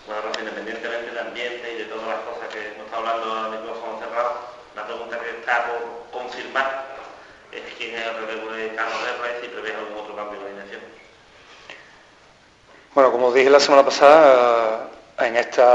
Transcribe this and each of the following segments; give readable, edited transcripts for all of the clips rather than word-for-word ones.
Bueno, Rafa, independientemente del ambiente y de todas las cosas que hemos estado hablando a micrófono cerrado, la pregunta que está por confirmar es quién es el relevo de Carlos Herrera y si prevés algún otro cambio en la alineación. Bueno, como dije la semana pasada, en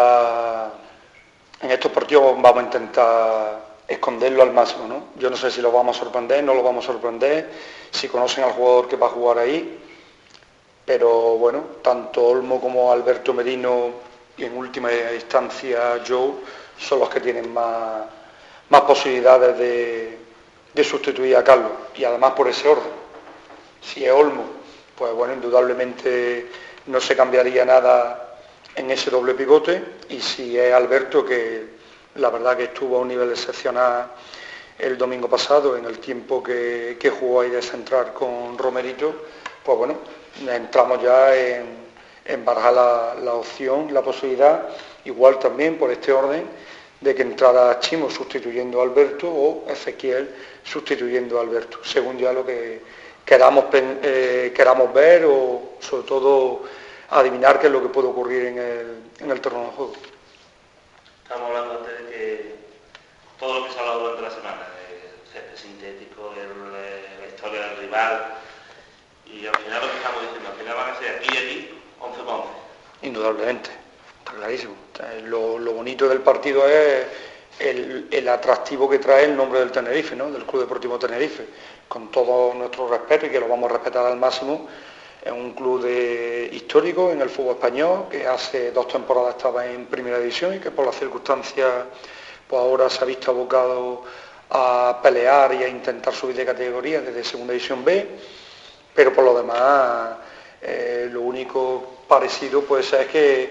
estos partidos vamos a intentar esconderlo al máximo, ¿no? Yo no sé si lo vamos a sorprender, no lo vamos a sorprender, si conocen al jugador que va a jugar ahí, pero bueno, tanto Olmo como Alberto Merino y en última instancia Joe son los que tienen más posibilidades de sustituir a Carlos, y además por ese orden. Si es Olmo, pues bueno, indudablemente no se cambiaría nada en ese doble pivote, y si es Alberto, que la verdad que estuvo a un nivel excepcional el domingo pasado en el tiempo que jugó ahí de central con Romerito, pues bueno, entramos ya en barajar la opción, la posibilidad, igual también por este orden, de que entrara Chimo sustituyendo a Alberto o Ezequiel sustituyendo a Alberto, según ya lo que queramos ver, o sobre todo adivinar qué es lo que puede ocurrir en el terreno de juego. Estamos hablando antes de que todo lo que se ha hablado durante la semana, el césped sintético, la historia del rival, y al final lo que estamos diciendo, al final van a ser aquí y allí 11 con 11. Indudablemente, está clarísimo. Lo bonito del partido es el atractivo que trae el nombre del Tenerife, ¿no? Del Club Deportivo Tenerife, con todo nuestro respeto, y que lo vamos a respetar al máximo. Es un club histórico en el fútbol español, que hace 2 temporadas estaba en primera división y que por las circunstancias pues ahora se ha visto abocado a pelear y a intentar subir de categoría desde segunda división B, pero por lo demás lo único parecido puede ser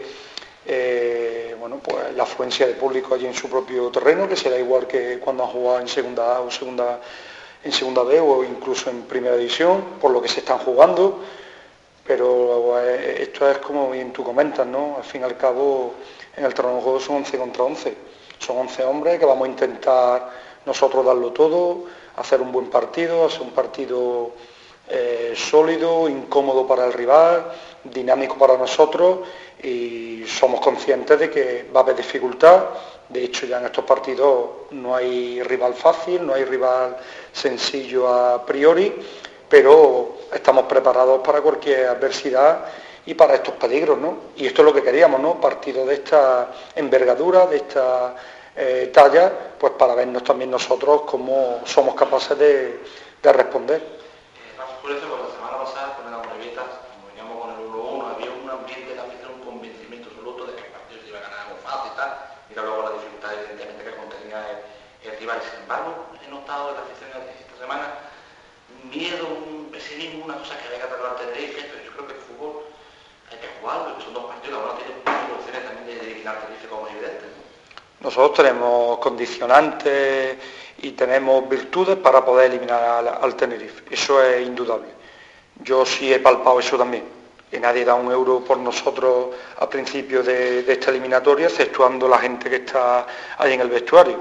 que bueno, pues la afluencia de público allí en su propio terreno, que será igual que cuando han jugado en segunda A o en segunda B o incluso en primera división, por lo que se están jugando. Pero esto es como bien tú comentas, ¿no? Al fin y al cabo, en el terreno de juego son 11 contra 11. Son 11 hombres que vamos a intentar nosotros darlo todo, hacer un buen partido, hacer un partido sólido, incómodo para el rival, dinámico para nosotros, y somos conscientes de que va a haber dificultad. De hecho, ya en estos partidos no hay rival fácil, no hay rival sencillo a priori, pero estamos preparados para cualquier adversidad y para estos peligros, ¿no? Y esto es lo que queríamos, ¿no? Partido de esta envergadura, de esta talla, pues para vernos también nosotros cómo somos capaces de responder. Por eso, la semana pasada, con la Morevieta, como veníamos con el 1-1, había un ambiente también de un convencimiento absoluto de que el partido se iba a ganar algo fácil y tal. Mira luego la dificultad, evidentemente, que contenía el rival. Sin embargo, he notado en la afición esta semana miedo, un pesimismo, una cosa que había que atacar al Tenerife, pero yo creo que el fútbol hay que jugarlo, porque son 2 partidos, ahora tiene muchas opciones también de eliminar Tenerife, como es evidente, ¿no? Nosotros tenemos condicionantes y tenemos virtudes para poder eliminar al Tenerife, eso es indudable. Yo sí he palpado eso también, que nadie da un euro por nosotros a principio de esta eliminatoria, exceptuando la gente que está ahí en el vestuario.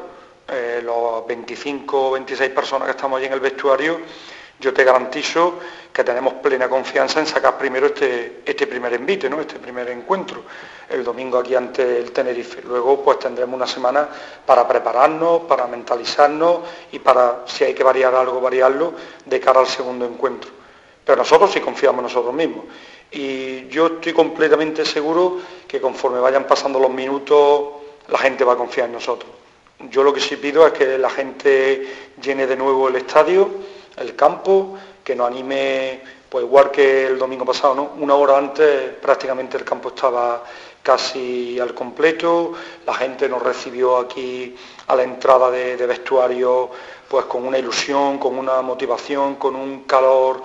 Los 25 o 26 personas que estamos allí en el vestuario, yo te garantizo que tenemos plena confianza en sacar primero este primer envite, ¿no? Este primer encuentro, el domingo aquí ante el Tenerife. Luego pues tendremos una semana para prepararnos, para mentalizarnos y para, si hay que variar algo, variarlo de cara al segundo encuentro. Pero nosotros sí confiamos en nosotros mismos. Y yo estoy completamente seguro que conforme vayan pasando los minutos, la gente va a confiar en nosotros. Yo lo que sí pido es que la gente llene de nuevo el estadio, el campo, que nos anime, pues igual que el domingo pasado, ¿no? Una hora antes prácticamente el campo estaba casi al completo, la gente nos recibió aquí a la entrada de vestuario pues con una ilusión, con una motivación, con un calor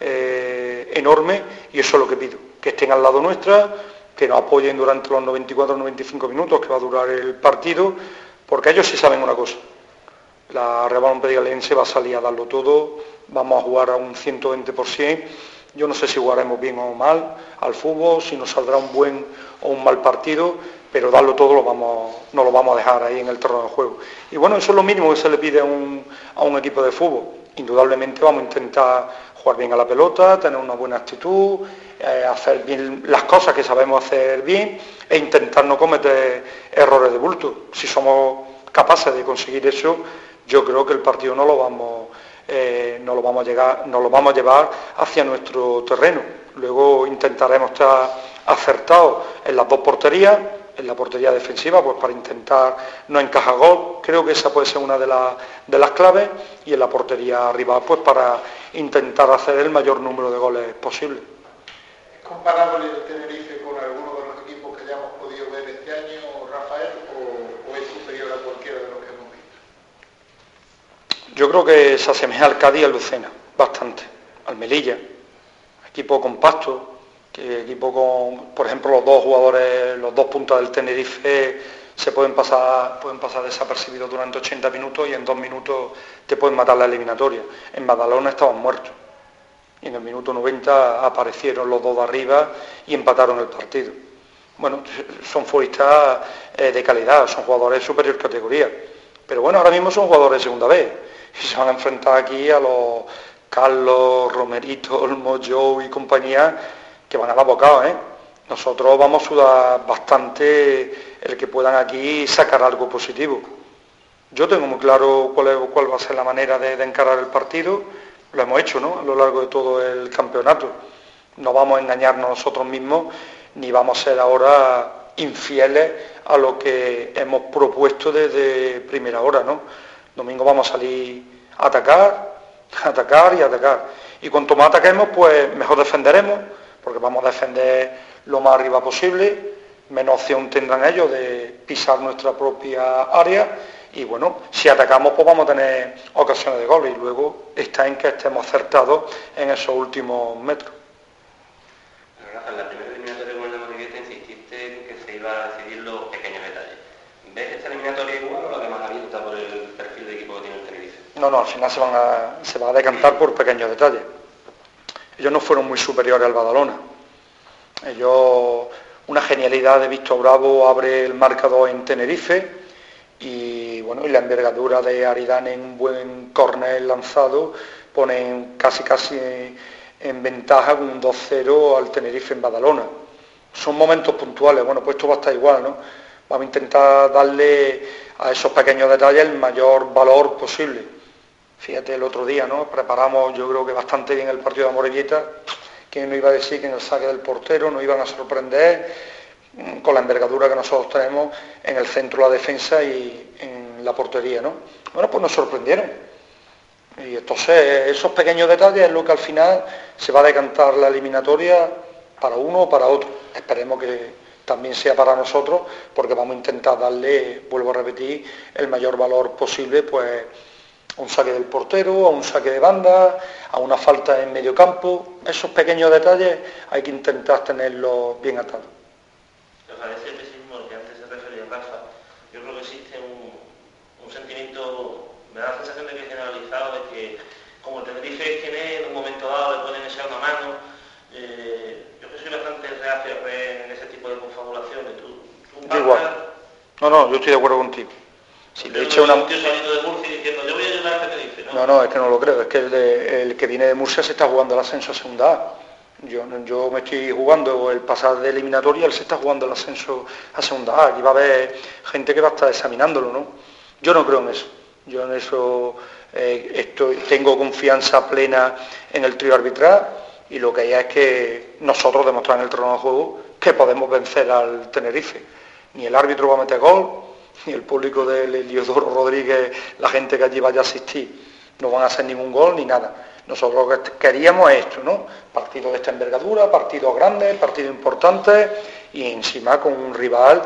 enorme, y eso es lo que pido, que estén al lado nuestra, que nos apoyen durante los 94 o 95 minutos que va a durar el partido, porque ellos sí saben una cosa: la Real Valladolid Aliense va a salir a darlo todo, vamos a jugar a un 120%, yo no sé si jugaremos bien o mal al fútbol, si nos saldrá un buen o un mal partido, pero darlo todo no lo vamos a dejar ahí en el terreno de juego. Y bueno, eso es lo mínimo que se le pide a un equipo de fútbol. Indudablemente vamos a intentar jugar bien a la pelota, tener una buena actitud, hacer bien las cosas que sabemos hacer bien e intentar no cometer errores de bulto. Si somos capaces de conseguir eso, yo creo que el partido no lo vamos a llevar hacia nuestro terreno. Luego intentaremos estar acertados en las dos porterías, en la portería defensiva, pues para intentar no encajar gol. Creo que esa puede ser una de las claves, y en la portería rival, pues para intentar hacer el mayor número de goles posible. ¿Es comparable el Tenerife con alguno de los equipos que ya hemos podido ver este año, Rafael, o es superior a cualquiera de los que hemos visto? Yo creo que se asemeja al Cádiz y al Lucena, bastante, al Melilla, equipo compacto, que equipo con, por ejemplo, los dos jugadores, los dos puntas del Tenerife se pueden pasar desapercibidos durante 80 minutos y en 2 minutos te pueden matar la eliminatoria. En Badalona estaban muertos y en el minuto 90 aparecieron los dos de arriba y empataron el partido. Bueno, son futbolistas de calidad, son jugadores de superior categoría, pero bueno, ahora mismo son jugadores de segunda vez y se van a enfrentar aquí a los Carlos, Romerito, Olmo, Joe y compañía, que van a dar bocados, ¿eh? Nosotros vamos a sudar bastante el que puedan aquí sacar algo positivo. Yo tengo muy claro cuál va a ser la manera de encarar el partido. Lo hemos hecho, ¿no?, a lo largo de todo el campeonato. No vamos a engañarnos nosotros mismos, ni vamos a ser ahora infieles a lo que hemos propuesto desde primera hora, ¿no? Domingo vamos a salir a atacar y atacar. Y cuanto más ataquemos, pues mejor defenderemos, porque vamos a defender lo más arriba posible, menos opción tendrán ellos de pisar nuestra propia área, y bueno, si atacamos pues vamos a tener ocasiones de gol, y luego está en que estemos acertados en esos últimos metros. Rafa, en la primera eliminatoria con el Morevieta insististe en que se iba a decidir los pequeños detalles. ¿Ves esta eliminatoria igual o la que más abierta por el perfil de equipo que tiene el Tenerife? No, al final se va a decantar por pequeños detalles. Ellos no fueron muy superiores al Badalona. Ellos, una genialidad de Víctor Bravo abre el marcador en Tenerife, y bueno, y la envergadura de Aridane en un buen córner lanzado ponen casi en ventaja con un 2-0 al Tenerife en Badalona. Son momentos puntuales. Bueno, pues esto va a estar igual, ¿no? Vamos a intentar darle a esos pequeños detalles el mayor valor posible. Fíjate, el otro día, ¿no?, preparamos, yo creo que bastante bien el partido de Amorebieta. ¿Quién no iba a decir que en el saque del portero nos iban a sorprender con la envergadura que nosotros tenemos en el centro de la defensa y en la portería, ¿no? Bueno, pues nos sorprendieron. Y entonces esos pequeños detalles es lo que al final se va a decantar la eliminatoria para uno o para otro. Esperemos que también sea para nosotros, porque vamos a intentar darle, vuelvo a repetir, el mayor valor posible, pues a un saque del portero, a un saque de banda, a una falta en medio campo. Esos pequeños detalles hay que intentar tenerlos bien atados. Ese pesimismo al que antes se refería Rafa, yo creo que existe un sentimiento, me da la sensación de que es generalizado, de que como el Tenerife es quien es, en un momento dado le pueden echar una mano. Yo que soy bastante reacio en ese tipo de confabulaciones. ¿Tú igual. No, yo estoy de acuerdo contigo. Si le echa una... Un tío saliendo de Murcia diciendo, yo voy a ayudar a Tenerife, ¿no? No, es que no lo creo. Es que el que viene de Murcia se está jugando el ascenso a segunda A. Yo me estoy jugando el pasar de eliminatoria, él se está jugando el ascenso a segunda A. Aquí va a haber gente que va a estar examinándolo, ¿no? Yo no creo en eso. Yo en eso tengo confianza plena en el trío arbitral, y lo que hay es que nosotros demostrar en el terreno de juego que podemos vencer al Tenerife. Ni el árbitro va a meter gol, ni el público del Eliodoro Rodríguez, la gente que allí vaya a asistir, no van a hacer ningún gol ni nada. Nosotros lo que queríamos es esto, ¿no? Partidos de esta envergadura, partidos grandes, partidos importantes, y encima con un rival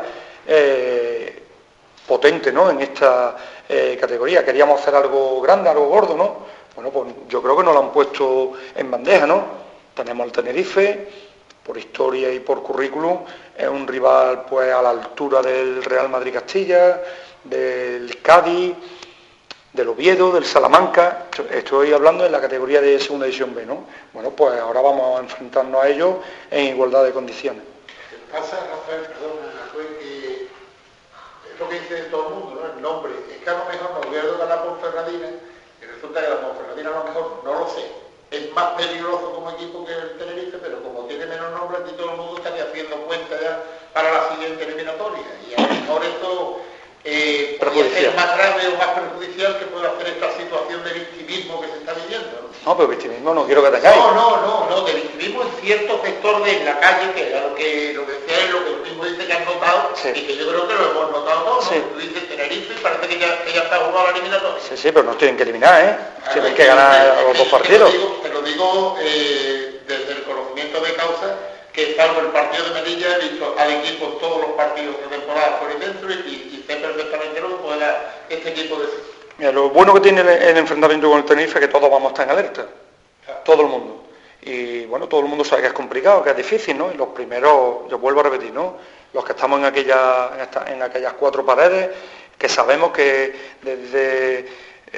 potente, ¿no?, en esta categoría. Queríamos hacer algo grande, algo gordo, ¿no? Bueno, pues yo creo que nos lo han puesto en bandeja, ¿no? Tenemos al Tenerife, por historia y por currículum, es un rival pues a la altura del Real Madrid Castilla, del Cádiz, del Oviedo, del Salamanca. Estoy hablando en la categoría de segunda división B, ¿no? Bueno, pues ahora vamos a enfrentarnos a ellos en igualdad de condiciones. Pasa, Rafael, perdón, que es lo que dice todo el mundo, ¿no? El nombre. Es que a lo mejor nos hubiera ganado por Ferradina, y resulta que la Ponferradina a lo mejor no lo sé, es más peligroso como equipo que el Tenerife, pero como tiene menos nombres, aquí todo el mundo estaría haciendo cuenta ya para la siguiente eliminatoria. Y a lo mejor esto podría ser más grave o más perjudicial que pueda hacer esta situación de victimismo que se está viviendo, ¿no? No, pero victimismo no quiero que tengáis. No, de victimismo en cierto sector de la calle, que era lo que decía él, lo que tú mismo dices que has notado, sí. Y que yo creo que lo hemos notado todos, ¿no? Sí. Tú dices Tenerife y parece que ya está jugado la eliminatoria. Sí, pero nos tienen que eliminar, ¿eh? Tienen que ganar los dos partidos. Te lo digo desde el conocimiento de causa, que salvo el partido de Melilla he visto al equipo en todos los partidos de temporada por el dentro y sé perfectamente lo que puede dar este equipo de sí. Mira, lo bueno que tiene el enfrentamiento con el Tenerife es que todos vamos a estar en alerta, todo el mundo. Y bueno, todo el mundo sabe que es complicado, que es difícil, ¿no? Y los primeros, yo vuelvo a repetir, ¿no? Los que estamos en aquellas cuatro paredes, que sabemos que desde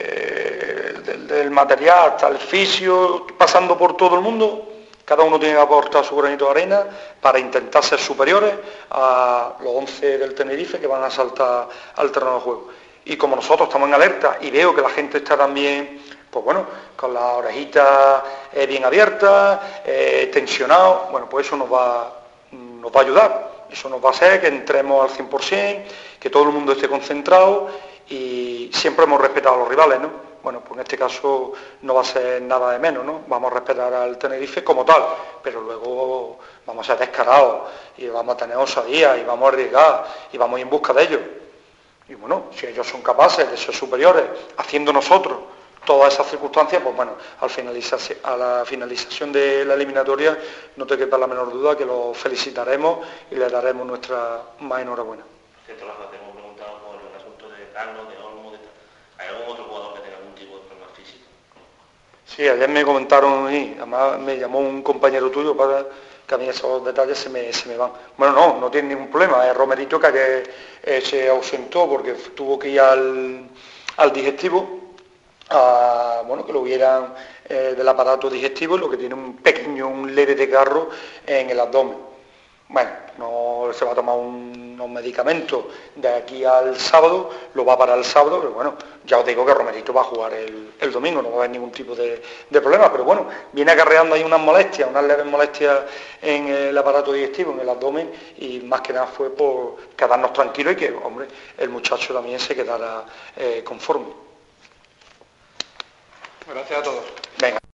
el material hasta el fisio, pasando por todo el mundo, cada uno tiene que aportar su granito de arena para intentar ser superiores a los 11 del Tenerife que van a saltar al terreno de juego. Y como nosotros estamos en alerta y veo que la gente está también, pues bueno, con las orejitas bien abiertas, tensionado, bueno, pues eso nos va a ayudar. Eso nos va a hacer que entremos al 100%, que todo el mundo esté concentrado y siempre hemos respetado a los rivales, ¿no? Bueno, pues en este caso no va a ser nada de menos, ¿no? Vamos a respetar al Tenerife como tal, pero luego vamos a ser descarados y vamos a tener osadía y vamos a arriesgar y vamos a ir en busca de ellos. Y bueno, si ellos son capaces de ser superiores, haciendo nosotros todas esas circunstancias, pues bueno, a la finalización de la eliminatoria no te quepa la menor duda que los felicitaremos y les daremos nuestra más enhorabuena. Cierto, Rafa, te hemos preguntado por el asunto de Carlos, de Olmo, ¿hay algún otro jugador que tenga algún tipo de problema físico? Sí, ayer me comentaron y además me llamó un compañero tuyo para que a mí esos detalles se me van. Bueno, no tiene ningún problema, es Romerito que ayer se ausentó porque tuvo que ir al digestivo, bueno, que lo vieran del aparato digestivo, lo que tiene un leve desgarro en el abdomen. Bueno, no se va a tomar unos medicamentos de aquí al sábado, lo va a parar el sábado, pero bueno, ya os digo que Romerito va a jugar el domingo, no va a haber ningún tipo de problema, pero bueno, viene acarreando ahí unas leves molestias en el aparato digestivo, en el abdomen, y más que nada fue por quedarnos tranquilos y que, hombre, el muchacho también se quedara conforme. Gracias a todos. Venga.